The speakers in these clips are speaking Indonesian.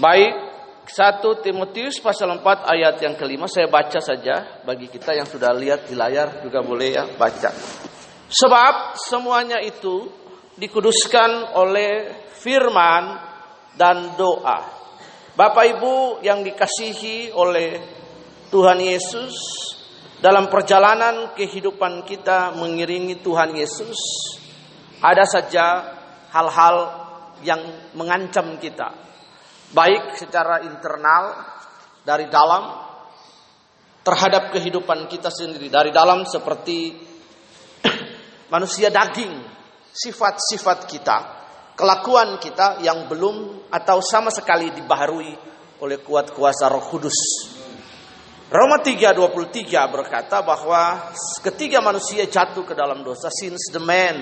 Baik, 1 Timotius pasal 4 ayat yang kelima, saya baca saja. Bagi kita yang sudah lihat di layar juga boleh ya baca. Sebab semuanya itu dikuduskan oleh firman dan doa. Bapak Ibu yang dikasihi oleh Tuhan Yesus, dalam perjalanan kehidupan kita mengiringi Tuhan Yesus, ada saja hal-hal yang mengancam kita, baik secara internal dari dalam terhadap kehidupan kita sendiri, dari dalam seperti manusia daging, sifat-sifat kita, kelakuan kita yang belum atau sama sekali dibaharui oleh kuat kuasa Roh Kudus. Roma 3:23 berkata bahwa ketika manusia jatuh ke dalam dosa, since the man,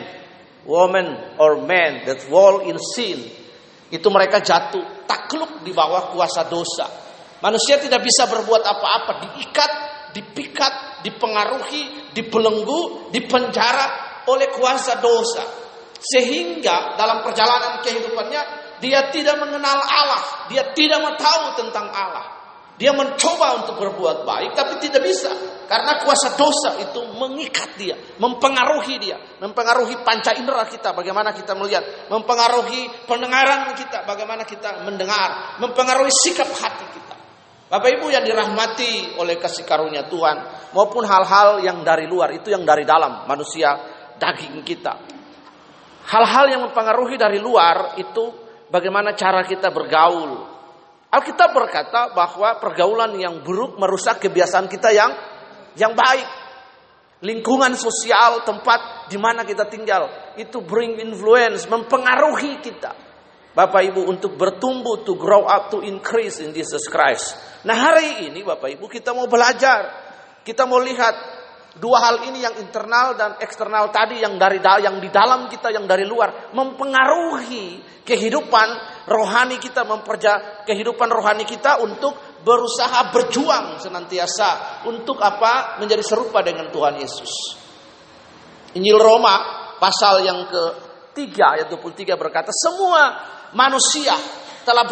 woman or man that fall in sin, itu mereka jatuh takluk di bawah kuasa dosa. Manusia tidak bisa berbuat apa-apa, diikat, dipikat, dipengaruhi, dibelenggu, dipenjara oleh kuasa dosa. Sehingga dalam perjalanan kehidupannya dia tidak mengenal Allah, dia tidak mau tahu tentang Allah. Dia mencoba untuk berbuat baik tapi tidak bisa, karena kuasa dosa itu mengikat dia, mempengaruhi panca indera kita, bagaimana kita melihat, mempengaruhi pendengaran kita, bagaimana kita mendengar, mempengaruhi sikap hati kita. Bapak Ibu yang dirahmati oleh kasih karunia Tuhan, maupun hal-hal yang dari luar, itu yang dari dalam manusia daging kita. Hal-hal yang mempengaruhi dari luar itu bagaimana cara kita bergaul. Alkitab berkata bahwa pergaulan yang buruk merusak kebiasaan kita yang baik. Lingkungan sosial, tempat di mana kita tinggal, itu bring influence, mempengaruhi kita, Bapak Ibu, untuk bertumbuh, to grow up, to increase in Jesus Christ. Nah, hari ini Bapak Ibu kita mau belajar, kita mau lihat dua hal ini, yang internal dan eksternal tadi, yang di dalam kita, yang dari luar, mempengaruhi kehidupan rohani kita, kehidupan rohani kita untuk berusaha berjuang senantiasa untuk apa? Menjadi serupa dengan Tuhan Yesus. Injil Roma pasal yang ke-3 ayat 23 berkata, semua manusia telah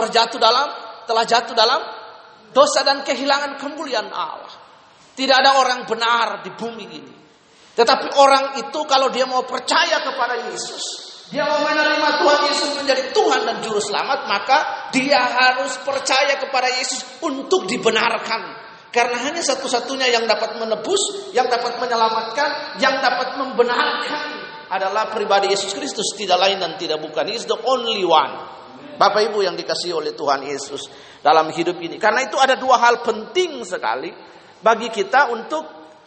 jatuh dalam dosa dan kehilangan kemuliaan Allah. Tidak ada orang benar di bumi ini. Tetapi orang itu kalau dia mau percaya kepada Yesus, dia mau menerima Tuhan Yesus menjadi Tuhan dan Juru Selamat, maka dia harus percaya kepada Yesus untuk dibenarkan. Karena hanya satu-satunya yang dapat menebus, yang dapat menyelamatkan, yang dapat membenarkan adalah pribadi Yesus Kristus, tidak lain dan tidak bukan. He is the only one. Bapak Ibu yang dikasihi oleh Tuhan Yesus dalam hidup ini. Karena itu ada dua hal penting sekali bagi kita untuk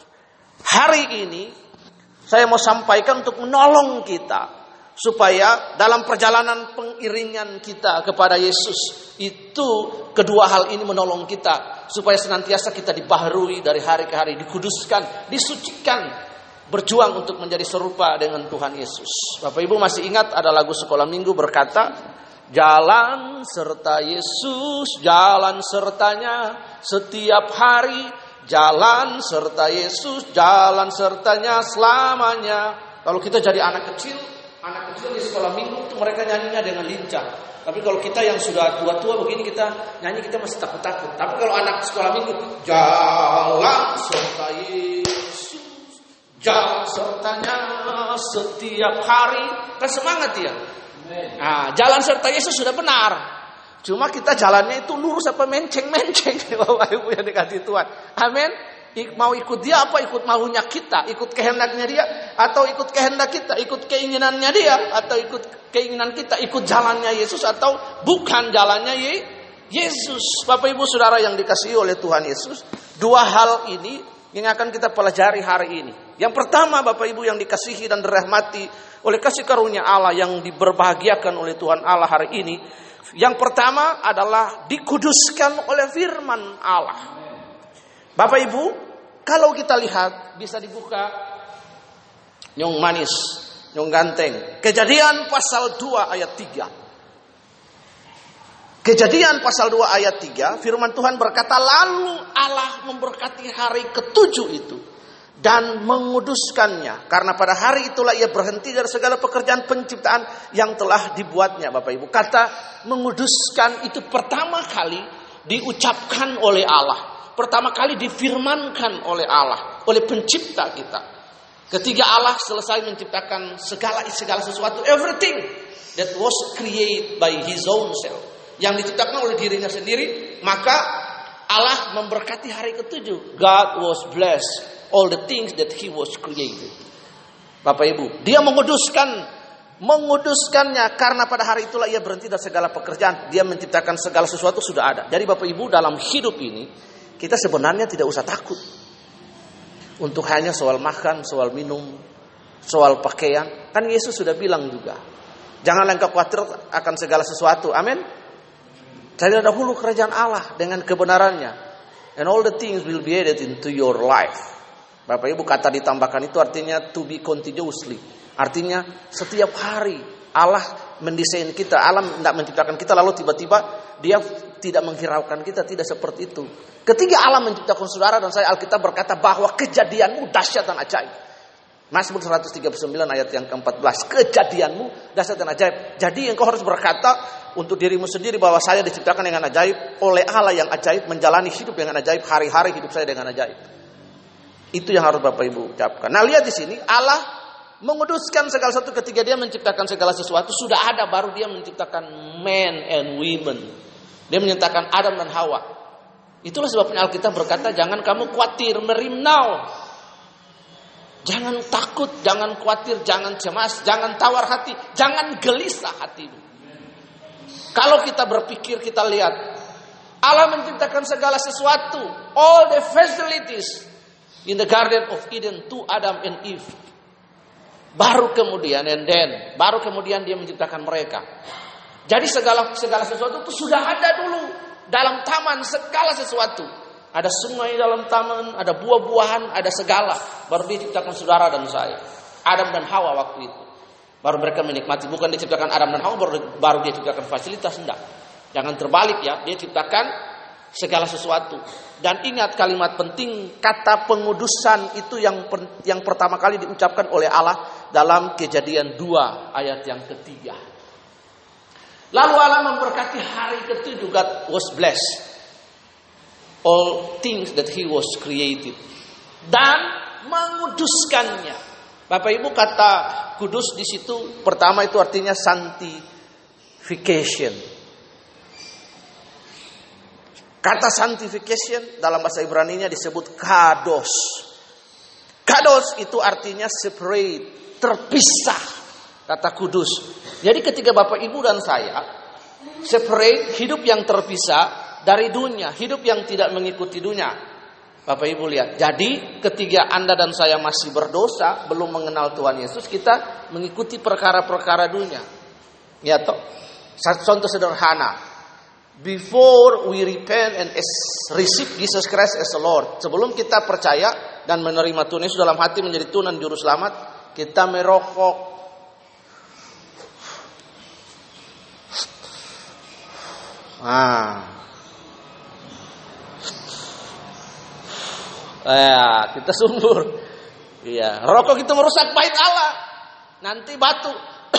hari ini. Saya mau sampaikan untuk menolong kita supaya dalam perjalanan pengiringan kita kepada Yesus itu, kedua hal ini menolong kita supaya senantiasa kita dibaharui dari hari ke hari, dikuduskan, disucikan, berjuang untuk menjadi serupa dengan Tuhan Yesus. Bapak Ibu masih ingat ada lagu sekolah minggu berkata, jalan serta Yesus, jalan sertanya setiap hari, jalan serta Yesus, jalan sertanya selamanya. Kalau kita jadi anak kecil di sekolah minggu itu mereka nyanyinya dengan lincah. Tapi kalau kita yang sudah tua-tua begini, kita nyanyi, kita masih takut-takut. Tapi kalau anak sekolah minggu, jalan serta Yesus, jalan sertanya setiap hari, kan semangat ya. Nah, jalan serta Yesus sudah benar. Cuma kita jalannya itu lurus apa menceng-menceng, Bapak Ibu yang dikasihi Tuhan. Amin. Mau ikut dia apa ikut maunya kita, ikut kehendaknya dia, atau ikut kehendak kita, ikut keinginannya dia, atau ikut keinginan kita, ikut jalannya Yesus atau bukan jalannya Yesus. Bapak Ibu Saudara yang dikasihi oleh Tuhan Yesus, dua hal ini yang akan kita pelajari hari ini. Yang pertama, Bapak Ibu yang dikasihi dan dirahmati oleh kasih karunia Allah yang diberbahagiakan oleh Tuhan Allah hari ini, yang pertama adalah dikuduskan oleh firman Allah. Bapak Ibu, kalau kita lihat, bisa dibuka nyong manis, nyong ganteng, Kejadian pasal 2 ayat 3. Kejadian pasal 2 ayat 3, firman Tuhan berkata, lalu Allah memberkati hari ke-7 itu dan menguduskannya. Karena pada hari itulah ia berhenti dari segala pekerjaan penciptaan yang telah dibuatnya. Bapak Ibu, kata menguduskan itu pertama kali diucapkan oleh Allah. Pertama kali difirmankan oleh Allah, oleh pencipta kita. Ketika Allah selesai menciptakan segala sesuatu, everything that was created by his own self, yang diciptakan oleh dirinya sendiri, maka Allah memberkati hari ketujuh. God was blessed all the things that he was created. Bapak Ibu, dia menguduskannya karena pada hari itulah ia berhenti dari segala pekerjaan. Dia menciptakan segala sesuatu sudah ada. Jadi Bapak Ibu, dalam hidup ini kita sebenarnya tidak usah takut untuk hanya soal makan, soal minum, soal pakaian. Kan Yesus sudah bilang juga, janganlah engkau khawatir akan segala sesuatu. Amin. Cari dahulu kerajaan Allah dengan kebenarannya, and all the things will be added into your life. Bapak Ibu, kata ditambahkan itu artinya to be continuously. Artinya setiap hari Allah mendesain kita. Allah tidak menciptakan kita lalu tiba-tiba dia tidak menghiraukan kita. Tidak seperti itu. Ketika Allah menciptakan saudara dan saya, Alkitab berkata bahwa kejadianmu dahsyat dan ajaib. Mazmur 139 ayat yang ke-14. Kejadianmu dahsyat dan ajaib. Jadi engkau harus berkata untuk dirimu sendiri bahwa saya diciptakan dengan ajaib oleh Allah yang ajaib, menjalani hidup dengan ajaib, hari-hari hidup saya dengan ajaib. Itu yang harus Bapak Ibu ucapkan. Nah, lihat di sini Allah menguduskan segala sesuatu. Ketika dia menciptakan segala sesuatu sudah ada, baru dia menciptakan men and women. Dia menyatakan Adam dan Hawa. Itulah sebabnya Alkitab berkata, jangan kamu khawatir, merimnau. Jangan takut, jangan khawatir, jangan cemas, jangan tawar hati, jangan gelisah hatimu. Kalau kita berpikir, kita lihat Allah menciptakan segala sesuatu, all the facilities in the Garden of Eden to Adam and Eve. Baru kemudian baru kemudian dia menciptakan mereka. Jadi segala sesuatu itu sudah ada dulu dalam taman, segala sesuatu. Ada sungai dalam taman, ada buah-buahan, ada segala. Baru dia ciptakan saudara dan saya, Adam dan Hawa waktu itu. Baru mereka menikmati. Bukan diciptakan Adam dan Hawa baru dia ciptakan fasilitas, enggak. Jangan terbalik ya, dia ciptakan segala sesuatu. Dan ingat kalimat penting, kata pengudusan itu yang pertama kali diucapkan oleh Allah dalam Kejadian 2 ayat yang ketiga. Lalu Allah memberkati hari ketujuh. God was blessed all things that he was created, dan menguduskannya. Bapak Ibu, kata kudus di situ pertama itu artinya sanctification. Kata sanctification dalam bahasa Ibrani-nya disebut kados. Kados itu artinya separate, terpisah. Kata kudus. Jadi ketika Bapak Ibu dan saya separate, hidup yang terpisah dari dunia, hidup yang tidak mengikuti dunia. Bapak Ibu lihat. Jadi ketika Anda dan saya masih berdosa, belum mengenal Tuhan Yesus, kita mengikuti perkara-perkara dunia. Ya toh. Contoh sederhana. Before we repent and receive Jesus Christ as the Lord, sebelum kita percaya dan menerima Tuhan Yesus dalam hati menjadi Tuhan dan Juru Selamat, kita merokok. Kita sumber. Iya, rokok itu merusak bait Allah. Nanti batu.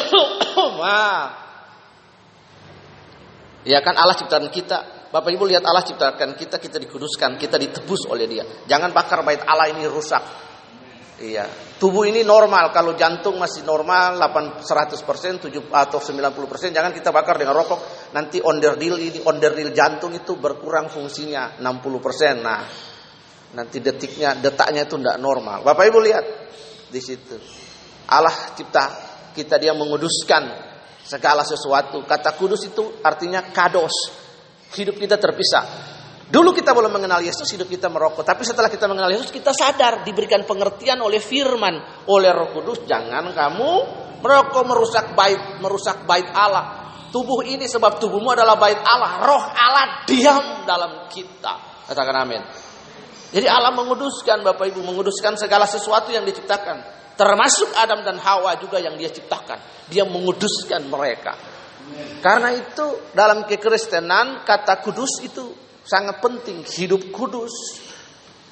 Ya kan Allah ciptaan kita. Bapak Ibu lihat, Allah ciptakan kita, kita dikuduskan, kita ditebus oleh Dia. Jangan bakar bait Allah ini rusak. Iya, tubuh ini normal. Kalau jantung masih normal 100%, 7 atau 90%, jangan kita bakar dengan rokok. Nanti onderdil jantung itu berkurang fungsinya 60%. Nah, nanti detaknya itu tidak normal. Bapak Ibu lihat di situ. Allah cipta kita, Dia menguduskan segala sesuatu. Kata kudus itu artinya kados. Hidup kita terpisah. Dulu kita belum mengenal Yesus, hidup kita merokok. Tapi setelah kita mengenal Yesus, kita sadar, diberikan pengertian oleh firman, oleh Roh Kudus, jangan kamu merokok, merusak bait Allah. Tubuh ini sebab tubuhmu adalah bait Allah. Roh Allah diam dalam kita. Katakan amin. Jadi Allah menguduskan, Bapak Ibu, menguduskan segala sesuatu yang diciptakan. Termasuk Adam dan Hawa juga yang Dia ciptakan. Dia menguduskan mereka. Karena itu dalam kekristenan kata kudus itu sangat penting. Hidup kudus.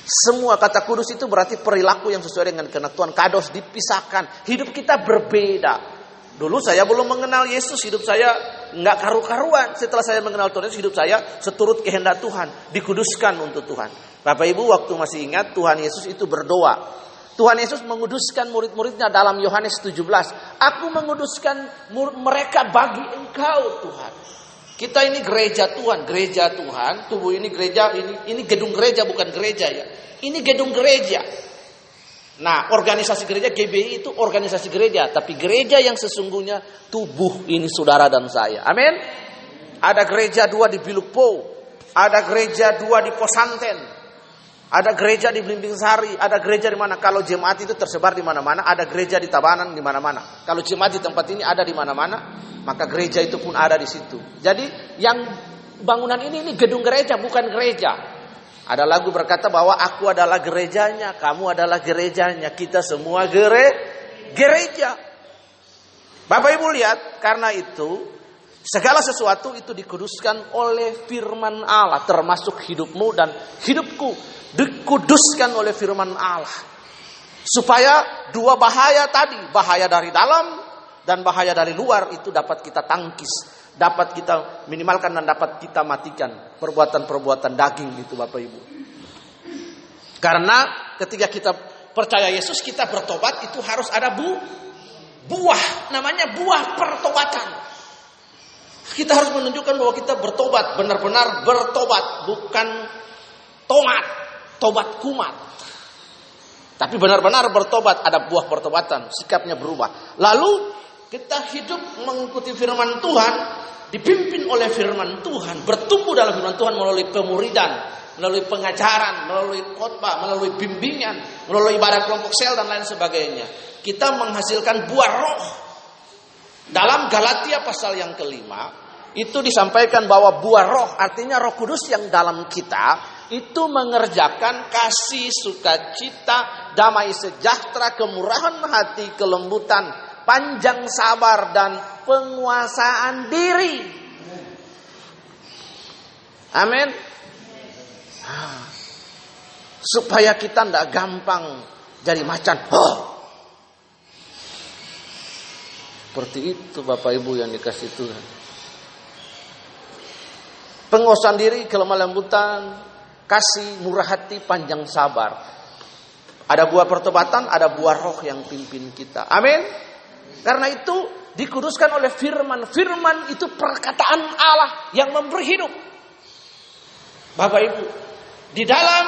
Semua kata kudus itu berarti perilaku yang sesuai dengan kehendak Tuhan. Kados, dipisahkan. Hidup kita berbeda. Dulu saya belum mengenal Yesus, hidup saya nggak karu-karuan. Setelah saya mengenal Tuhan Yesus, hidup saya seturut kehendak Tuhan, dikuduskan untuk Tuhan. Bapak Ibu, waktu masih ingat Tuhan Yesus itu berdoa. Tuhan Yesus menguduskan murid-muridnya dalam Yohanes 17. Aku menguduskan mereka bagi Engkau, Tuhan. Kita ini gereja Tuhan, tubuh ini gereja, ini gedung gereja bukan gereja ya. Ini gedung gereja. Nah, organisasi gereja GBI itu organisasi gereja, tapi gereja yang sesungguhnya tubuh ini saudara dan saya. Amin. Ada gereja 2 di Bilukpo, ada gereja 2 di Posanten, ada gereja di Blimbing Sari, ada gereja di mana. Kalau jemaat itu tersebar di mana-mana, ada gereja di Tabanan di mana-mana. Kalau jemaat di tempat ini ada di mana-mana, maka gereja itu pun ada di situ. Jadi yang bangunan ini gedung gereja bukan gereja. Ada lagu berkata bahwa aku adalah gerejanya, kamu adalah gerejanya, kita semua gereja. Bapak Ibu lihat, karena itu segala sesuatu itu dikuduskan oleh firman Allah, termasuk hidupmu dan hidupku dikuduskan oleh firman Allah. Supaya dua bahaya tadi, bahaya dari dalam dan bahaya dari luar itu dapat kita tangkis, dapat kita minimalkan dan dapat kita matikan perbuatan-perbuatan daging itu Bapak Ibu. Karena ketika kita percaya Yesus, kita bertobat, itu harus ada buah, namanya buah pertobatan. Kita harus menunjukkan bahwa kita bertobat, benar-benar bertobat, bukan tobat kumat. Tapi benar-benar bertobat, ada buah pertobatan, sikapnya berubah. Lalu kita hidup mengikuti firman Tuhan, dipimpin oleh firman Tuhan, bertumbuh dalam firman Tuhan melalui pemuridan, melalui pengajaran, melalui khotbah, melalui bimbingan, melalui ibadah kelompok sel dan lain sebagainya. Kita menghasilkan buah roh. Dalam Galatia pasal yang kelima, itu disampaikan bahwa buah roh, artinya Roh Kudus yang dalam kita, itu mengerjakan kasih, sukacita, damai sejahtera, kemurahan hati, kelembutan, panjang sabar, dan penguasaan diri. Amin. Supaya kita tidak gampang jadi macan. Seperti itu Bapak Ibu yang dikasih Tuhan. Penguasaan diri, kelemah lembutan, kasih, murah hati, panjang sabar. Ada buah pertobatan, ada buah roh yang pimpin kita. Amin. Karena itu dikuduskan oleh firman. Firman itu perkataan Allah yang memberi hidup. Bapak Ibu, di dalam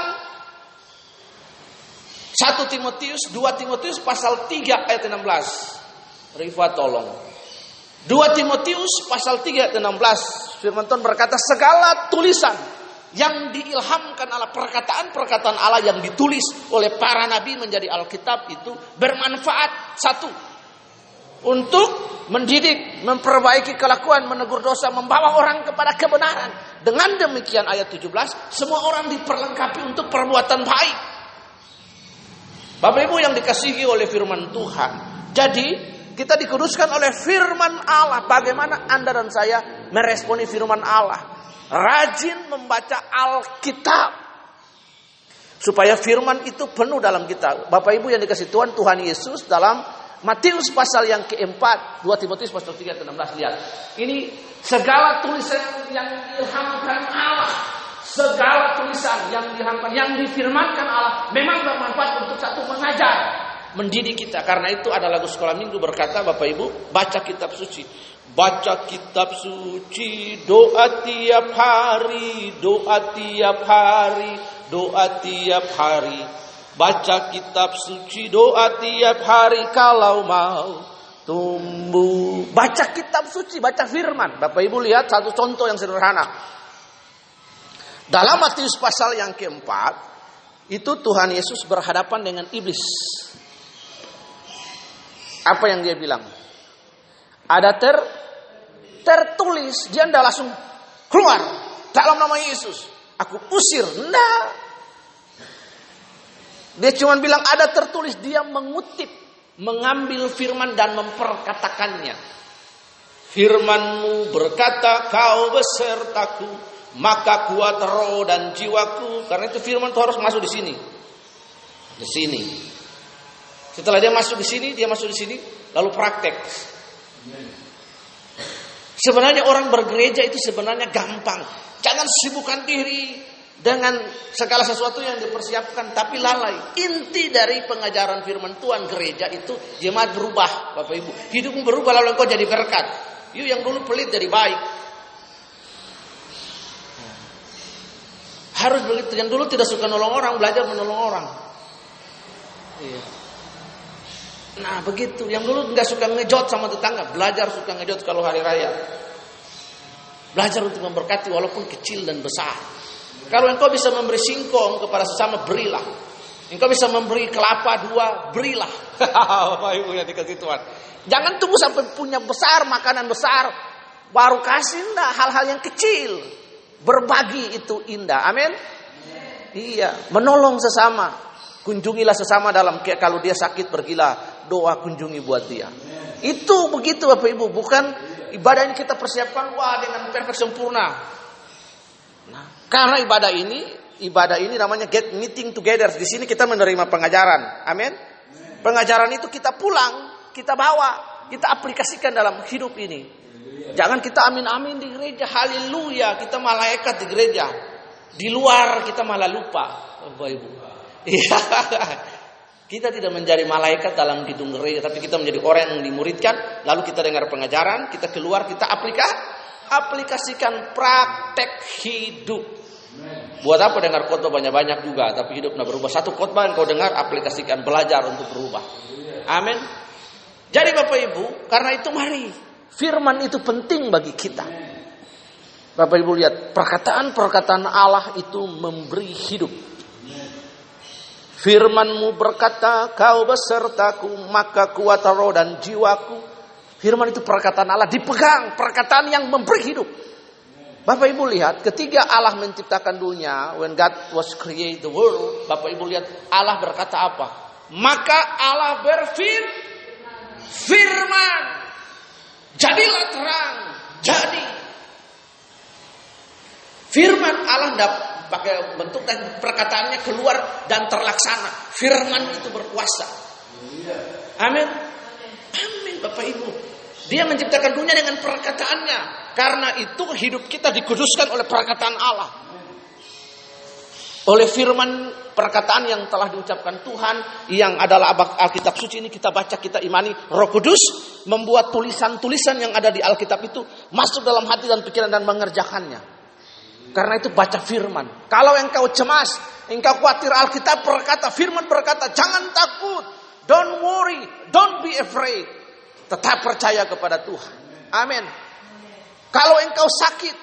1 Timotius, 2 Timotius pasal 3 ayat 16. Rifa tolong. 2 Timotius pasal 3 ayat 16. Firman Tuhan berkata, segala tulisan yang diilhamkan Allah, perkataan-perkataan Allah yang ditulis oleh para nabi menjadi Alkitab itu bermanfaat. 1, untuk mendidik, memperbaiki kelakuan, menegur dosa, membawa orang kepada kebenaran. Dengan demikian ayat 17, semua orang diperlengkapi untuk perbuatan baik. Bapak Ibu yang dikasihi oleh firman Tuhan. Jadi kita dikuduskan oleh firman Allah. Bagaimana Anda dan saya meresponi firman Allah? Rajin membaca Alkitab, supaya firman itu penuh dalam kita. Bapak Ibu yang dikasihi Tuhan, Tuhan Yesus dalam Matius pasal yang keempat, 2 Timotius pasal 3 ayat 16, lihat. Ini segala tulisan yang diilhamkan Allah, segala tulisan yang diilhamkan, yang difirmankan Allah memang bermanfaat untuk satu, mengajar, mendidik kita. Karena itu ada lagu sekolah minggu berkata, Bapak Ibu, baca kitab suci. Baca kitab suci, doa tiap hari, doa tiap hari, doa tiap hari. Baca kitab suci, doa tiap hari kalau mau tumbuh. Baca kitab suci, baca firman. Bapak Ibu lihat satu contoh yang sederhana. Dalam Matius pasal yang keempat, itu Tuhan Yesus berhadapan dengan iblis. Apa yang dia bilang? Ada tertulis, dia tidak langsung keluar dalam nama Yesus, aku usir. Enggak. Dia cuma bilang ada tertulis, dia mengutip, mengambil firman dan memperkatakannya. Firman-Mu berkata, kau besertaku, maka kuat roh dan jiwaku. Karena itu firman itu harus masuk di sini. Di sini. Setelah dia masuk di sini, lalu praktek. Sebenarnya orang bergereja itu sebenarnya gampang. Jangan sibukkan diri dengan segala sesuatu yang dipersiapkan, tapi lalai. Inti dari pengajaran firman Tuhan gereja itu jemaat berubah, Bapak Ibu. Hidupmu berubah lalu engkau jadi berkat. Yuk yang dulu pelit jadi baik. Harus begitu. Yang dulu tidak suka nolong orang, belajar menolong orang. Iya. Nah begitu. Yang dulu nggak suka ngejot sama tetangga, belajar suka ngejot kalau hari raya. Belajar untuk memberkati walaupun kecil dan besar. Kalau engkau bisa memberi singkong kepada sesama, berilah. Engkau bisa memberi kelapa 2, berilah. Bapak Ibu yang dikasih Tuhan. Jangan tunggu sampai punya besar, makanan besar, baru kasih. Enggak, hal-hal yang kecil. Berbagi itu indah. Amin. Iya, menolong sesama. Kunjungilah sesama dalam, kalau dia sakit pergilah doa kunjungi buat dia. Itu begitu Bapak Ibu, bukan ibadah yang kita persiapkan dengan perfect sempurna. Nah, karena ibadah ini namanya get meeting together. Di sini kita menerima pengajaran. Amin. Pengajaran itu kita pulang, kita bawa, kita aplikasikan dalam hidup ini. Jangan kita amin-amin di gereja, haleluya, kita malaikat di gereja. Di luar kita malah lupa, Bapak Ibu. Iya. Kita tidak menjadi malaikat dalam gedung gereja, tapi kita menjadi orang yang dimuridkan, lalu kita dengar pengajaran, kita keluar, kita aplikasikan praktek hidup. Buat apa dengar khotbah banyak-banyak juga, tapi hidup tidak berubah. Satu khotbah yang kau dengar, aplikasikan, belajar untuk berubah. Amin. Jadi Bapak Ibu, karena itu mari, firman itu penting bagi kita. Bapak Ibu lihat, perkataan-perkataan Allah itu memberi hidup. Firman-Mu berkata, kau besertaku, maka kuat roh dan jiwaku. Firman itu perkataan Allah, dipegang, perkataan yang memberi hidup. Bapak Ibu lihat, ketika Allah menciptakan dunia, when God was create the world, Bapak Ibu lihat, Allah berkata apa? Maka Allah berfirman, jadilah terang, jadi. Firman Allah tidak pakai bentuk dan perkataannya keluar dan terlaksana. Firman itu berkuasa. Amin. Amin Bapak Ibu. Dia menciptakan dunia dengan perkataannya. Karena itu hidup kita dikuduskan oleh perkataan Allah. Oleh firman perkataan yang telah diucapkan Tuhan, yang adalah Alkitab suci ini kita baca, kita imani. Roh Kudus membuat tulisan-tulisan yang ada di Alkitab itu masuk dalam hati dan pikiran dan mengerjakannya. Karena itu baca firman. Kalau engkau cemas, engkau khawatir, Alkitab berkata, firman berkata, jangan takut, don't worry, don't be afraid. Tetap percaya kepada Tuhan. Amin. Kalau engkau sakit,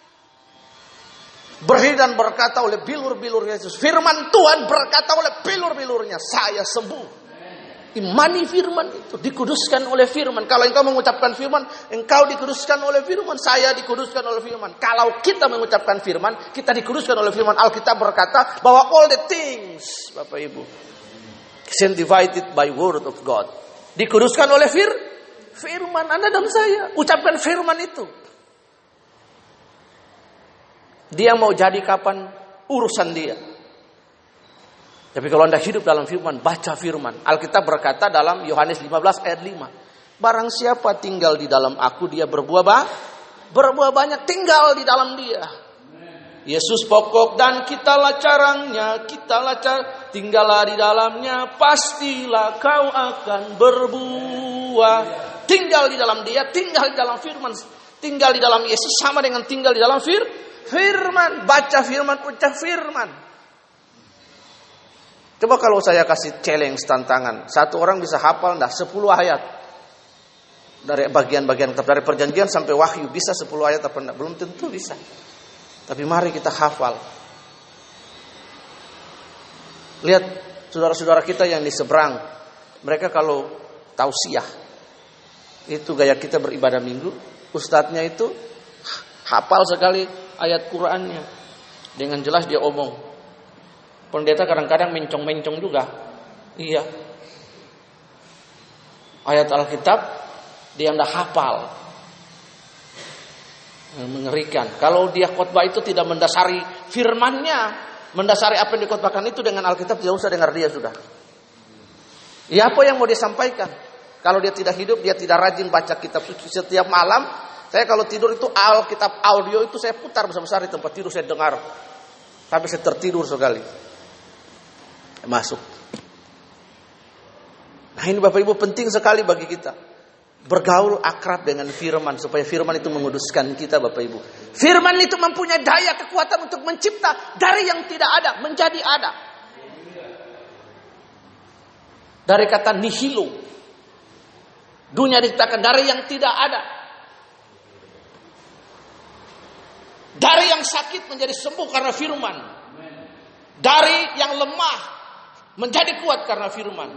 berdiri dan berkata oleh bilur-bilur Yesus, firman Tuhan berkata oleh bilur-bilurnya, saya sembuh. Imani firman itu, dikuduskan oleh firman. Kalau engkau mengucapkan firman, engkau dikuduskan oleh firman, saya dikuduskan oleh firman. Kalau kita mengucapkan firman, kita dikuduskan oleh firman. Alkitab berkata bahwa all the things, Bapak Ibu, sanctified by word of God. Dikuduskan oleh firman. Anda dan saya ucapkan firman itu. Dia mau jadi kapan, urusan dia. Tapi kalau Anda hidup dalam firman, baca firman. Alkitab berkata dalam Yohanes 15 ayat 5. Barang siapa tinggal di dalam aku, dia berbuah banyak, tinggal di dalam dia. Yesus pokok dan kitalah carangnya, tinggallah di dalamnya, pastilah kau akan berbuah. Tinggal di dalam dia, tinggal di dalam firman. Tinggal di dalam Yesus sama dengan tinggal di dalam firman. Baca firman, ucap firman. Coba kalau saya kasih challenge, tantangan. Satu orang bisa hafal 10 ayat. Dari bagian-bagian dari perjanjian sampai wahyu. Bisa 10 ayat apa enggak? Belum tentu bisa. Tapi mari kita hafal. Lihat saudara-saudara kita yang di seberang. Mereka kalau tausiah, itu gaya kita beribadah minggu. Ustadznya itu hafal sekali ayat Qur'annya. Dengan jelas dia omong. Pendeta kadang-kadang mencong-mencong juga. Iya. Ayat Alkitab dia enggak hafal. Mengerikan. Kalau dia khotbah itu tidak mendasari firman-Nya, mendasari apa yang dikhotbahkan itu dengan Alkitab, tidak usah dengar dia sudah. Ya apa yang mau dia sampaikan? Kalau dia tidak hidup, dia tidak rajin baca kitab suci setiap malam. Saya kalau tidur itu Alkitab audio itu saya putar besar-besar di tempat tidur, saya dengar sampai saya tertidur sekali. Masuk. Nah ini Bapak Ibu penting sekali bagi kita. Bergaul akrab dengan firman supaya firman itu menguduskan kita Bapak Ibu. Firman itu mempunyai daya kekuatan untuk mencipta dari yang tidak ada menjadi ada. Dari kata nihilo. Dunia diciptakan dari yang tidak ada. Dari yang sakit menjadi sembuh karena firman. Dari yang lemah menjadi kuat karena firman.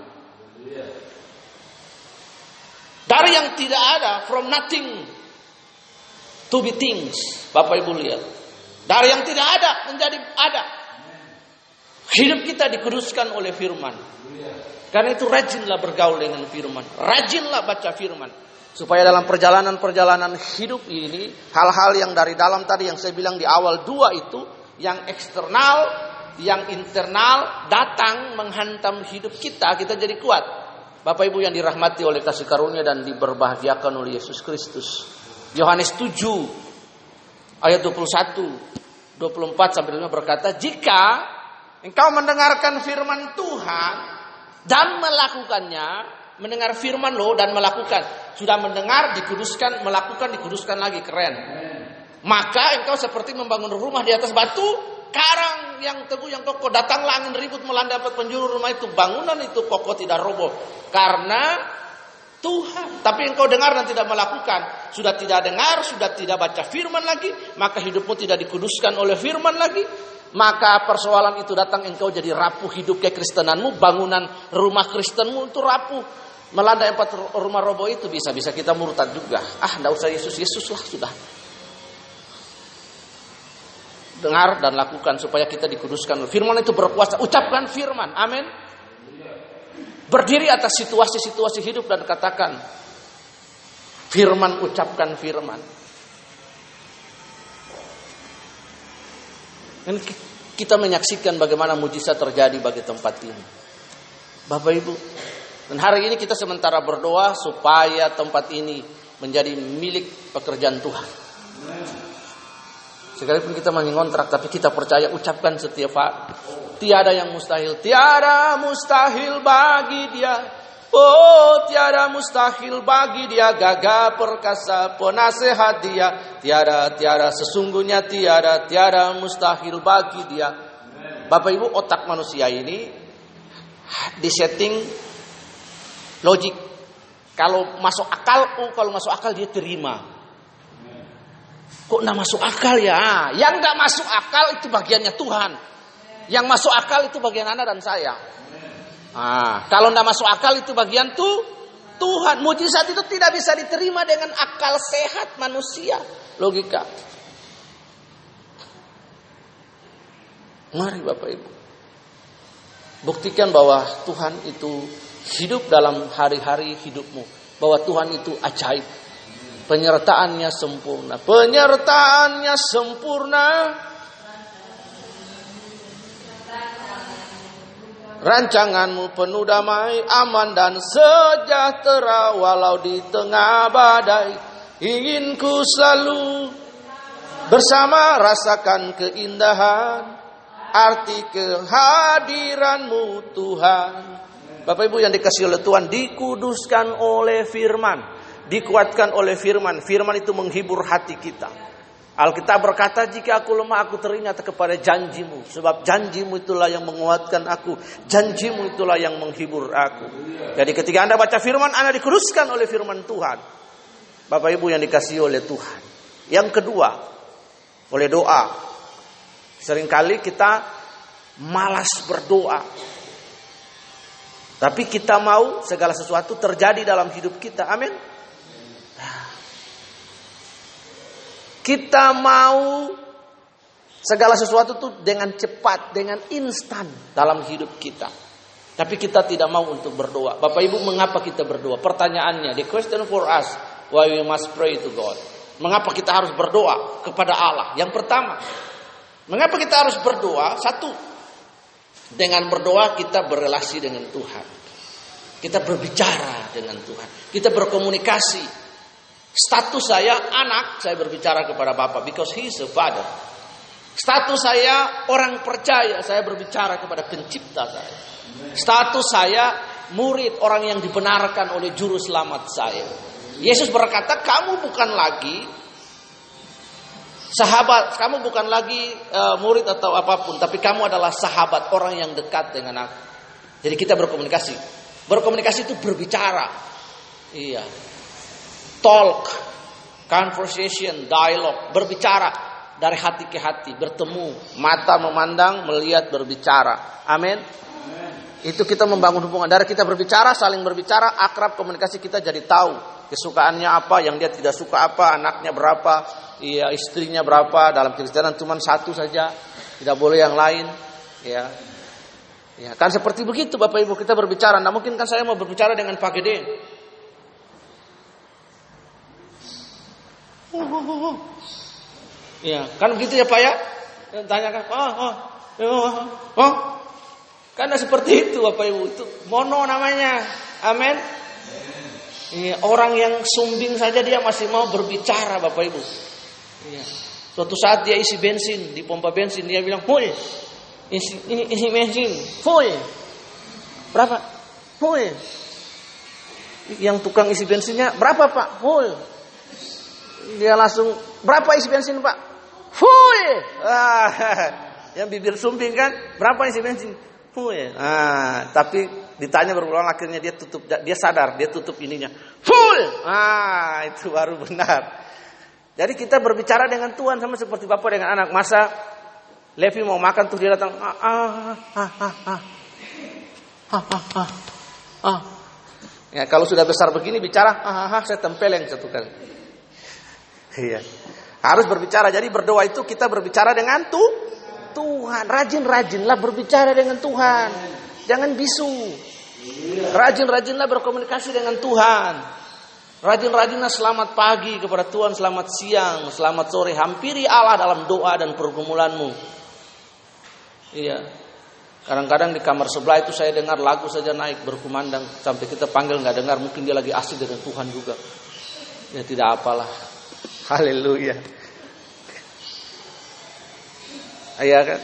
Dari yang tidak ada, from nothing to be things. Bapak Ibu lihat. Dari yang tidak ada menjadi ada. Hidup kita dikuduskan oleh firman. Karena itu rajinlah bergaul dengan firman. Rajinlah baca firman. Supaya dalam perjalanan-perjalanan hidup ini, hal-hal yang dari dalam tadi yang saya bilang di awal dua itu, yang eksternal, yang internal datang menghantam hidup kita, kita jadi kuat. Bapak Ibu yang dirahmati oleh kasih karunia dan diberbahagiakan oleh Yesus Kristus. Yohanes 7 ayat 21, 24 sampai 25 berkata, jika engkau mendengarkan firman Tuhan dan melakukannya, mendengar firman lo dan melakukan. Sudah mendengar, dikuduskan, melakukan, dikuduskan lagi, keren. Maka engkau seperti membangun rumah di atas batu, karang yang teguh yang kokoh. Datanglah angin ribut melanda penjuru rumah itu, bangunan itu kokoh tidak roboh karena Tuhan. Tapi engkau dengar dan tidak melakukan. Sudah tidak dengar, sudah tidak baca firman lagi, maka hidupmu tidak dikuduskan oleh firman lagi. Maka persoalan itu datang, engkau jadi rapuh hidup kekristenanmu, bangunan rumah Kristenmu itu rapuh. Melanda 4 rumah roboh itu bisa kita murtad juga. Enggak usah Yesus lah sudah. Dengar dan lakukan supaya kita dikuduskan. Firman itu berkuasa. Ucapkan firman. Amin. Berdiri atas situasi-situasi hidup dan katakan firman, ucapkan firman. Dan kita menyaksikan bagaimana mujizat terjadi bagi tempat ini. Bapak Ibu, dan hari ini kita sementara berdoa supaya tempat ini menjadi milik pekerjaan Tuhan. Sekalipun kita mengontrak, tapi kita percaya, ucapkan setiap hari. Tiada yang mustahil. Tiada mustahil bagi dia. Oh, tiada mustahil bagi dia. Gagah perkasa penasehat dia. Tiada sesungguhnya tiada mustahil bagi dia. Bapak Ibu, otak manusia ini disetting logik. Kalau masuk akal, kalau masuk akal dia terima. Kok enggak masuk akal ya? Yang enggak masuk akal itu bagiannya Tuhan. Yang masuk akal itu bagian Anda dan saya. Kalau enggak masuk akal itu bagian Tuhan. Mujizat itu tidak bisa diterima dengan akal sehat manusia. Logika. Mari Bapak Ibu. Buktikan bahwa Tuhan itu hidup dalam hari-hari hidupmu. Bahwa Tuhan itu ajaib. Penyertaannya sempurna. Penyertaannya sempurna. Rancanganmu penuh damai, aman dan sejahtera walau di tengah badai. Ingin ku selalu bersama, rasakan keindahan arti kehadiranmu Tuhan. Bapak Ibu yang dikasihi oleh Tuhan, dikuduskan oleh firman. Dikuatkan oleh firman. Firman itu menghibur hati kita. Alkitab berkata, jika aku lemah, aku teringat kepada janjimu. Sebab janjimu itulah yang menguatkan aku. Janjimu itulah yang menghibur aku. Jadi ketika Anda baca firman, Anda dikuduskan oleh firman Tuhan. Bapak Ibu yang dikasihi oleh Tuhan. Yang kedua, oleh doa. Seringkali kita malas berdoa. Tapi kita mau segala sesuatu terjadi dalam hidup kita. Amin. Kita mau segala sesuatu itu dengan cepat, dengan instan dalam hidup kita. Tapi kita tidak mau untuk berdoa. Bapak Ibu, mengapa kita berdoa? Pertanyaannya, the question for us, why we must pray to God. Mengapa kita harus berdoa kepada Allah? Yang pertama, mengapa kita harus berdoa? Satu, dengan berdoa kita berelasi dengan Tuhan. Kita berbicara dengan Tuhan. Kita berkomunikasi. Status saya anak, saya berbicara kepada Bapa because he is a father. Status saya orang percaya, saya berbicara kepada pencipta saya. Status saya murid, orang yang dibenarkan oleh juru selamat saya. Yesus berkata, kamu bukan lagi sahabat, kamu bukan lagi murid atau apapun, tapi kamu adalah sahabat, orang yang dekat dengan aku. Jadi kita berkomunikasi. Berkomunikasi itu berbicara. Iya. Talk, conversation, dialogue, berbicara dari hati ke hati, bertemu, mata memandang, melihat, berbicara. Amin. Itu kita membangun hubungan. Dari kita berbicara, saling berbicara, akrab, komunikasi, kita jadi tahu kesukaannya apa, yang dia tidak suka apa, anaknya berapa, iya, istrinya berapa. Dalam Kristenan cuma satu saja, tidak boleh yang lain. Ya, ya kan seperti begitu Bapak Ibu, kita berbicara. Nah mungkin kan saya mau berbicara dengan Pak Gede. Ya, kan begitu ya Pak ya? Tanyakan, karena seperti itu Bapak Ibu, itu mono namanya. Amin. Ya, orang yang sumbing saja dia masih mau berbicara Bapak Ibu. Ya. Suatu saat dia isi bensin di pompa bensin, dia bilang, "Full. Isi bensin, full." Berapa? Full. Yang tukang isi bensinnya, "Berapa Pak?" Full. Dia langsung, "Berapa isi bensin Pak?" Full. Yang bibir sumbing kan, "Berapa isi bensin?" Full. Tapi ditanya berulang, akhirnya dia tutup, dia sadar, dia tutup ininya. Full. Itu baru benar. Jadi kita berbicara dengan Tuhan sama seperti bapak dengan anak. Masa Levi mau makan tuh dia datang, Ya kalau sudah besar begini bicara, saya tempeleng satu kali. Iya. Harus berbicara. Jadi berdoa itu kita berbicara dengan Tuhan. Rajin-rajinlah berbicara dengan Tuhan. Jangan bisu. Rajin-rajinlah berkomunikasi dengan Tuhan. Rajin-rajinlah selamat pagi kepada Tuhan, selamat siang, selamat sore. Hampiri Allah dalam doa dan pergumulanmu. Iya. Kadang-kadang di kamar sebelah itu saya dengar lagu saja naik berkumandang. Sampai kita panggil gak dengar. Mungkin dia lagi asik dengan Tuhan juga. Ya tidak apalah. Haleluya. Iya kan?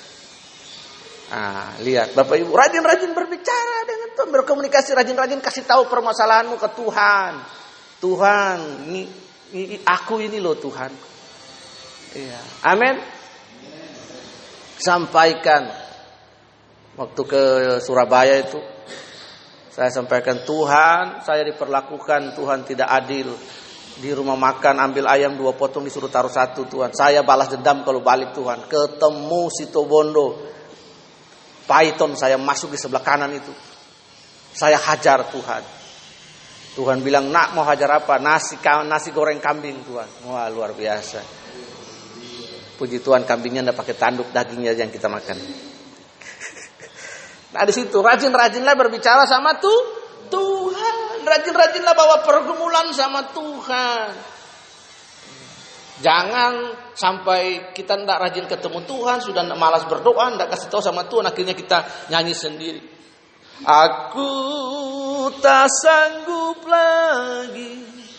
Lihat Bapak Ibu, rajin-rajin berbicara dengan Tuhan, berkomunikasi, rajin-rajin kasih tahu permasalahanmu ke Tuhan. Tuhan, ini aku ini loh Tuhan. Iya. Amin. Sampaikan. Waktu ke Surabaya itu saya sampaikan, Tuhan, saya diperlakukan Tuhan tidak adil. Di rumah makan ambil ayam 2 potong disuruh taruh 1 Tuhan. Saya balas dendam kalau balik Tuhan. Ketemu Sitobondo, Python saya masuk di sebelah kanan itu. Saya hajar Tuhan. Tuhan bilang, "Nak mau hajar apa?" Nasi goreng kambing Tuhan. Wah luar biasa. Puji Tuhan, kambingnya enggak pakai tanduk, dagingnya yang kita makan. Nah di situ rajin-rajinlah berbicara sama Tuhan. Rajin-rajinlah bawa pergumulan sama Tuhan. Jangan sampai kita tidak rajin ketemu Tuhan, sudah malas berdoa, tidak kasih tahu sama Tuhan, akhirnya kita nyanyi sendiri. Aku tak sanggup lagi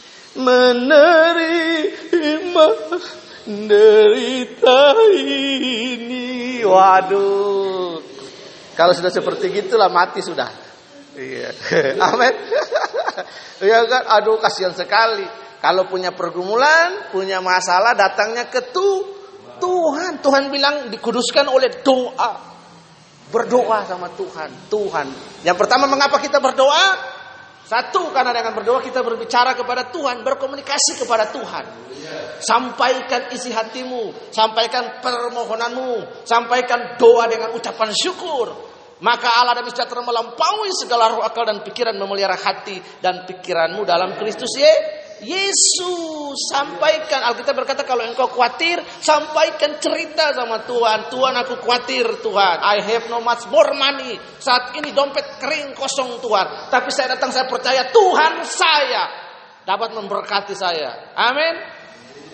menerima derita ini. Waduh, kalau sudah seperti gitulah mati sudah. Iya, amin. Ya kan, aduh kasihan sekali. Kalau punya pergumulan, punya masalah, datangnya ke Tuhan. Tuhan bilang dikuduskan oleh doa. Berdoa sama Tuhan. Tuhan. Yang pertama, mengapa kita berdoa? Satu, karena dengan berdoa kita berbicara kepada Tuhan, berkomunikasi kepada Tuhan. Sampaikan isi hatimu, sampaikan permohonanmu, sampaikan doa dengan ucapan syukur. Maka Allah dan sejahtera melampaui segala roh akal dan pikiran, memelihara hati dan pikiranmu dalam Kristus Yesus. Sampaikan. Alkitab berkata kalau engkau khawatir, sampaikan cerita sama Tuhan. Tuhan, aku khawatir Tuhan. I have no much more money. Saat ini dompet kering kosong Tuhan. Tapi saya datang, saya percaya Tuhan saya dapat memberkati saya. Amin.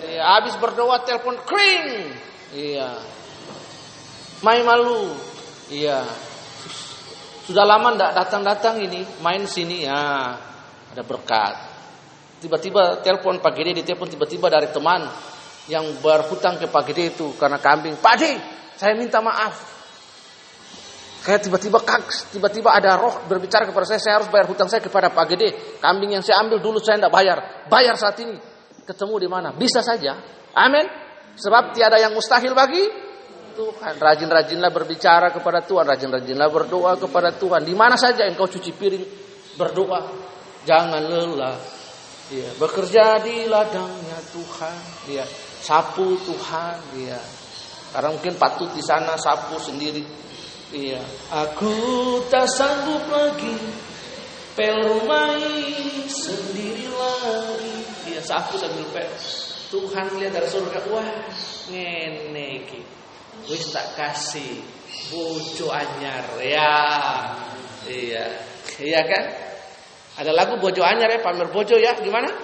Ya, habis berdoa telepon kring. Iya. Main malu. Iya. Sudah lama enggak datang-datang ini, main sini. Ya, ada berkat. Tiba-tiba telepon Pak Gede, ditelepon tiba-tiba dari teman yang berhutang ke Pak Gede itu karena kambing. Pak Gede, saya minta maaf. Kayak tiba-tiba ada roh berbicara kepada saya harus bayar hutang saya kepada Pak Gede. Kambing yang saya ambil dulu saya tidak bayar. Bayar saat ini. Ketemu di mana? Bisa saja. Amin. Sebab tiada yang mustahil bagi Tuhan. Rajin-rajinlah berbicara kepada Tuhan. Rajin-rajinlah berdoa kepada Tuhan. Di mana saja engkau cuci piring, berdoa. Jangan lelah. Ya, bekerja di ladangnya Tuhan. Ya, sapu Tuhan. Ya. Karena mungkin patut di sana sapu sendiri. Iya. Aku tak sanggup lagi pel rumai sendiri lagi. Dia sapu sambil pel. Tuhan lihat dari surga, wah ngene iki. Wis tak kasih bojo anyar ya. Iya. Iya kan? Ada lagu bojo anyar ya, pamer bojo ya, gimana?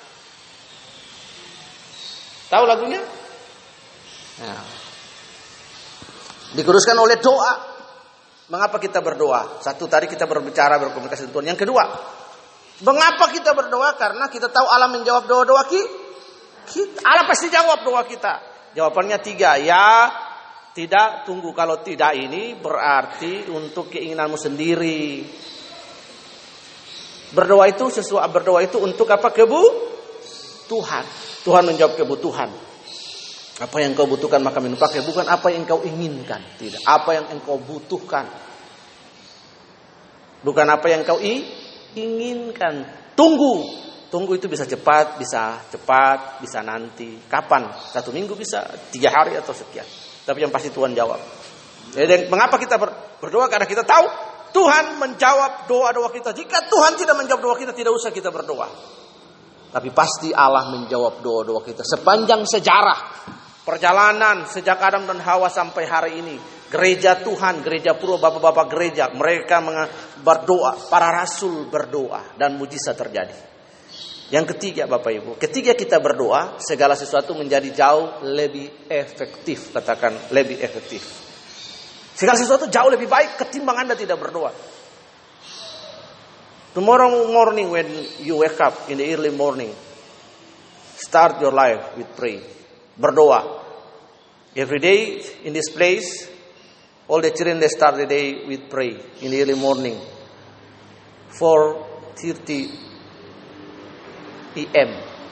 Tahu lagunya? Nah. Dikuduskan oleh doa. Mengapa kita berdoa? Satu, tadi kita berbicara berkomunikasi dengan Tuhan. Yang kedua, mengapa kita berdoa? Karena kita tahu Allah menjawab doa-doa kita. Allah pasti jawab doa kita. Jawabannya 3. Ya, tidak, tunggu. Kalau tidak ini berarti untuk keinginanmu sendiri. Berdoa itu untuk apa? Kebutuhan. Tuhan menjawab kebutuhan. Apa yang kau butuhkan maka minum pakai, bukan apa yang kau inginkan. Tidak, apa yang engkau butuhkan. Bukan apa yang kau inginkan. Tunggu itu bisa cepat, bisa nanti. Kapan? 1 minggu bisa, 3 hari atau sekian. Tapi yang pasti Tuhan jawab. Jadi mengapa kita berdoa? Karena kita tahu Tuhan menjawab doa-doa kita. Jika Tuhan tidak menjawab doa kita, tidak usah kita berdoa. Tapi pasti Allah menjawab doa-doa kita. Sepanjang sejarah perjalanan sejak Adam dan Hawa sampai hari ini, gereja Tuhan, gereja pura, bapak-bapak gereja, mereka berdoa, para rasul berdoa dan mujizat terjadi. Yang ketiga, Bapak Ibu, ketika kita berdoa, segala sesuatu menjadi jauh lebih efektif. Katakan lebih efektif. Segala sesuatu jauh lebih baik ketimbang Anda tidak berdoa. Tomorrow morning when you wake up in the early morning, start your life with prayer. Berdoa. Every day in this place, all the children they start the day with pray in the early morning. 4:30 PM.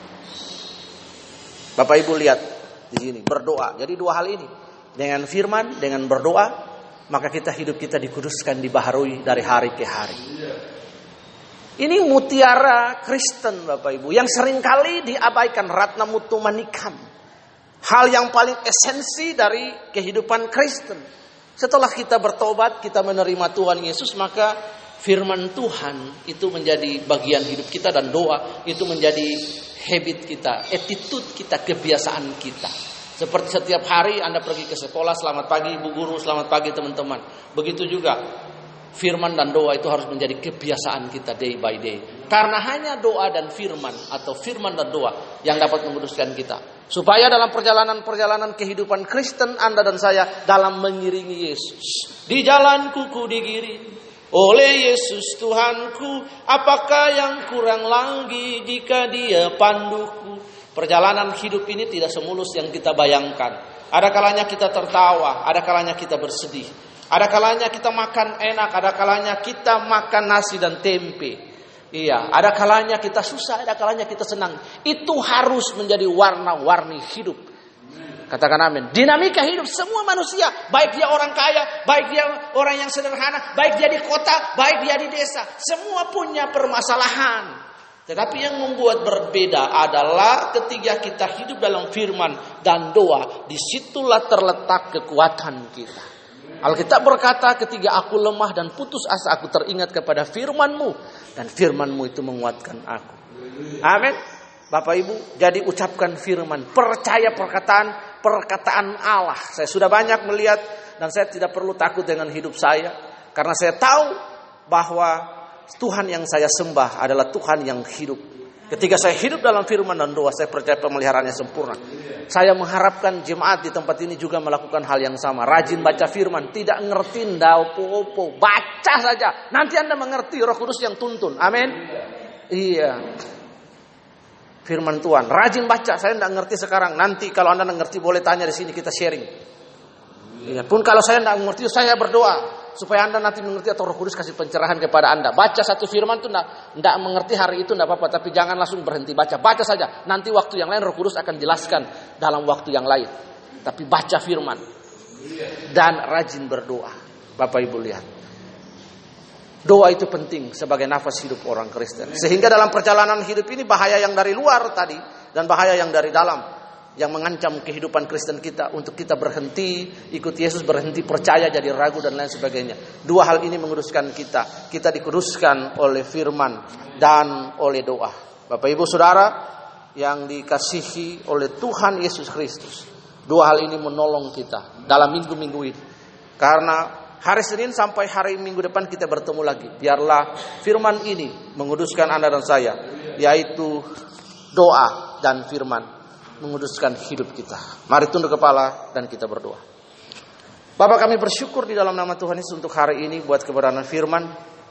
Bapak Ibu lihat di sini berdoa. Jadi 2 hal ini, dengan firman, dengan berdoa, maka hidup kita dikuduskan, dibaharui dari hari ke hari. Ini mutiara Kristen Bapak Ibu yang seringkali diabaikan, ratna mutu manikam. Hal yang paling esensi dari kehidupan Kristen. Setelah kita bertobat, kita menerima Tuhan Yesus, maka firman Tuhan itu menjadi bagian hidup kita dan doa itu menjadi habit kita, attitude kita, kebiasaan kita. Seperti setiap hari Anda pergi ke sekolah, selamat pagi Bu Guru, selamat pagi teman-teman. Begitu juga firman dan doa itu harus menjadi kebiasaan kita day by day. Karena hanya doa dan firman atau firman dan doa yang dapat menguduskan kita. Supaya dalam perjalanan kehidupan Kristen Anda dan saya dalam mengiringi Yesus. Di jalanku ku digiring oleh Yesus Tuhanku. Apakah yang kurang lagi jika Dia panduku? Perjalanan hidup ini tidak semulus yang kita bayangkan. Ada kalanya kita tertawa, ada kalanya kita bersedih. Ada kalanya kita makan enak, ada kalanya kita makan nasi dan tempe. Iya, ada kalanya kita susah, ada kalanya kita senang. Itu harus menjadi warna-warni hidup. Katakan amin. Dinamika hidup semua manusia, baik dia orang kaya, baik dia orang yang sederhana, baik dia di kota, baik dia di desa, semua punya permasalahan. Tetapi yang membuat berbeda adalah ketika kita hidup dalam firman dan doa, disitulah terletak kekuatan kita. Alkitab berkata, ketika aku lemah dan putus asa, aku teringat kepada firman-Mu. Dan firman-Mu itu menguatkan aku. Amin. Bapak Ibu, jadi ucapkan firman. Percaya perkataan Allah. Saya sudah banyak melihat dan saya tidak perlu takut dengan hidup saya. Karena saya tahu bahwa Tuhan yang saya sembah adalah Tuhan yang hidup. Ketika saya hidup dalam firman dan doa, saya percaya pemeliharaannya sempurna. Saya mengharapkan jemaat di tempat ini juga melakukan hal yang sama. Rajin baca firman, tidak ngerti ndak opo-opo, baca saja. Nanti Anda mengerti, Roh Kudus yang tuntun. Amin. Iya. Firman Tuhan, rajin baca. Saya tidak ngerti sekarang. Nanti kalau Anda ngerti boleh tanya di sini, kita sharing. Iya. Pun kalau saya tidak mengerti, saya berdoa supaya Anda nanti mengerti atau Roh Kudus kasih pencerahan kepada Anda. Baca satu firman itu tidak mengerti hari itu tidak apa-apa, tapi jangan langsung berhenti baca. Baca saja. Nanti waktu yang lain Roh Kudus akan jelaskan dalam waktu yang lain. Tapi baca firman dan rajin berdoa. Bapak Ibu lihat. Doa itu penting sebagai nafas hidup orang Kristen. Sehingga dalam perjalanan hidup ini bahaya yang dari luar tadi dan bahaya yang dari dalam yang mengancam kehidupan Kristen kita untuk kita berhenti ikut Yesus, berhenti percaya jadi ragu dan lain sebagainya. Dua hal ini menguduskan kita. Kita dikuduskan oleh firman dan oleh doa. Bapak Ibu Saudara yang dikasihi oleh Tuhan Yesus Kristus, dua hal ini menolong kita dalam minggu-minggu ini. Karena hari Senin sampai hari Minggu depan kita bertemu lagi. Biarlah firman ini menguduskan Anda dan saya, yaitu doa dan firman menguduskan hidup kita. Mari tunduk kepala dan kita berdoa. Bapa, kami bersyukur di dalam nama Tuhan Yesus untuk hari ini buat kebenaran firman.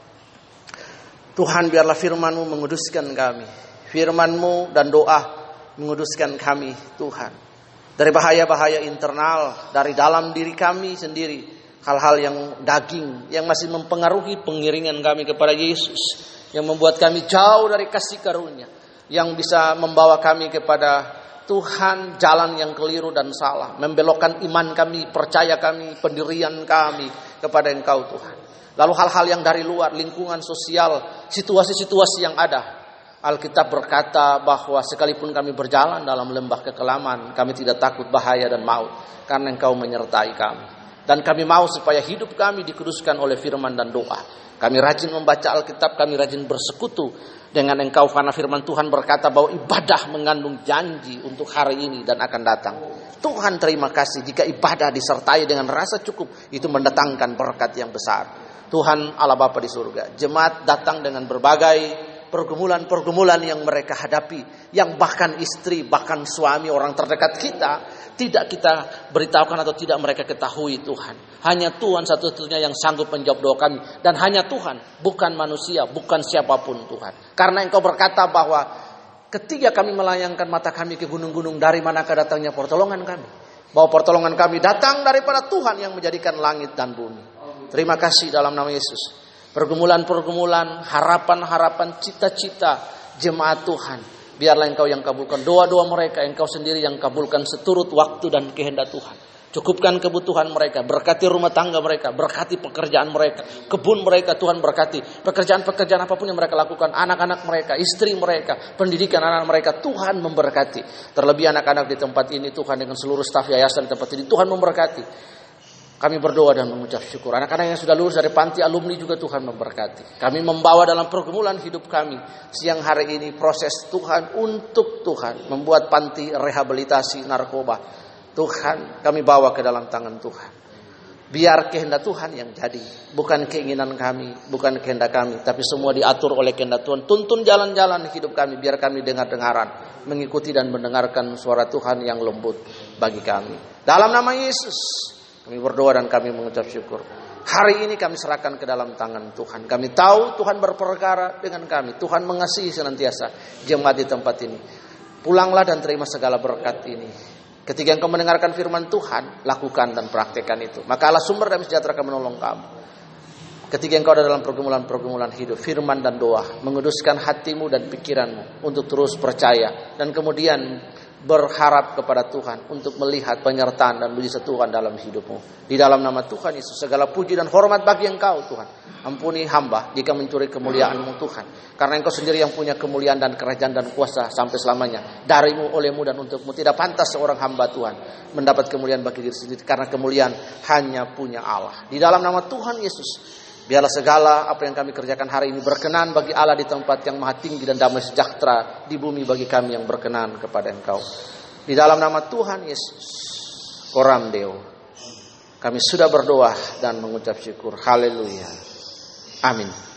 Tuhan, biarlah firman-Mu menguduskan kami. Firman-Mu dan doa menguduskan kami, Tuhan. Dari bahaya-bahaya internal, dari dalam diri kami sendiri. Hal-hal yang daging, yang masih mempengaruhi pengiringan kami kepada Yesus. Yang membuat kami jauh dari kasih karunia. Yang bisa membawa kami kepada Tuhan jalan yang keliru dan salah, membelokkan iman kami, percaya kami, pendirian kami kepada Engkau Tuhan. Lalu hal-hal yang dari luar, lingkungan sosial, situasi-situasi yang ada. Alkitab berkata bahwa sekalipun kami berjalan dalam lembah kekelaman, kami tidak takut bahaya dan maut, karena Engkau menyertai kami. Dan kami mau supaya hidup kami dikuduskan oleh firman dan doa. Kami rajin membaca Alkitab, kami rajin bersekutu dengan Engkau, karena firman Tuhan berkata bahwa ibadah mengandung janji untuk hari ini dan akan datang. Tuhan, terima kasih jika ibadah disertai dengan rasa cukup, itu mendatangkan berkat yang besar. Tuhan Allah Bapa di surga, jemaat datang dengan berbagai pergumulan-pergumulan yang mereka hadapi, yang bahkan istri, bahkan suami, orang terdekat kita tidak kita beritahukan atau tidak mereka ketahui. Tuhan, hanya Tuhan satu-satunya yang sanggup menjawab doa kami, dan hanya Tuhan, bukan manusia, bukan siapapun Tuhan. Karena Engkau berkata bahwa ketika kami melayangkan mata kami ke gunung-gunung, dari manakah datangnya pertolongan kami? Bahwa pertolongan kami datang daripada Tuhan yang menjadikan langit dan bumi. Terima kasih dalam nama Yesus. Pergumulan-pergumulan, harapan-harapan, cita-cita jemaat Tuhan, biarlah Engkau yang kabulkan. Doa-doa mereka Engkau sendiri yang kabulkan seturut waktu dan kehendak Tuhan. Cukupkan kebutuhan mereka, berkati rumah tangga mereka, berkati pekerjaan mereka, kebun mereka Tuhan berkati, pekerjaan-pekerjaan apapun yang mereka lakukan, anak-anak mereka, istri mereka, pendidikan anak mereka, Tuhan memberkati. Terlebih anak-anak di tempat ini Tuhan, dengan seluruh staf yayasan di tempat ini, Tuhan memberkati. Kami berdoa dan mengucap syukur. Anak-anak yang sudah lulus dari panti alumni juga Tuhan memberkati. Kami membawa dalam pergumulan hidup kami siang hari ini proses Tuhan untuk Tuhan membuat panti rehabilitasi narkoba. Tuhan, kami bawa ke dalam tangan Tuhan. Biar kehendak Tuhan yang jadi, bukan keinginan kami, bukan kehendak kami, tapi semua diatur oleh kehendak Tuhan. Tuntun jalan-jalan hidup kami, biar kami dengar-dengaran, mengikuti dan mendengarkan suara Tuhan yang lembut bagi kami. Dalam nama Yesus kami berdoa dan kami mengucap syukur. Hari ini kami serahkan ke dalam tangan Tuhan. Kami tahu Tuhan berperkara dengan kami. Tuhan mengasihi senantiasa jemaat di tempat ini. Pulanglah dan terima segala berkat ini. Ketika engkau mendengarkan firman Tuhan, lakukan dan praktekkan itu. Maka Allah sumber damai sejahtera akan menolong kamu. Ketika engkau ada dalam pergumulan-pergumulan hidup, firman dan doa menguduskan hatimu dan pikiranmu untuk terus percaya. Dan kemudian berharap kepada Tuhan untuk melihat penyertaan dan mujizat Tuhan dalam hidupmu. Di dalam nama Tuhan Yesus, segala puji dan hormat bagi Engkau Tuhan. Ampuni hamba jika mencuri kemuliaan-Mu Tuhan. Karena Engkau sendiri yang punya kemuliaan dan kerajaan dan kuasa sampai selamanya. Darimu, olehmu dan untukmu. Tidak pantas seorang hamba Tuhan mendapat kemuliaan bagi diri sendiri, karena kemuliaan hanya punya Allah. Di dalam nama Tuhan Yesus, biarlah segala apa yang kami kerjakan hari ini berkenan bagi Allah di tempat yang maha tinggi, dan damai sejahtera di bumi bagi kami yang berkenan kepada Engkau. Di dalam nama Tuhan Yesus, Koram Deo, kami sudah berdoa dan mengucap syukur. Haleluya. Amin.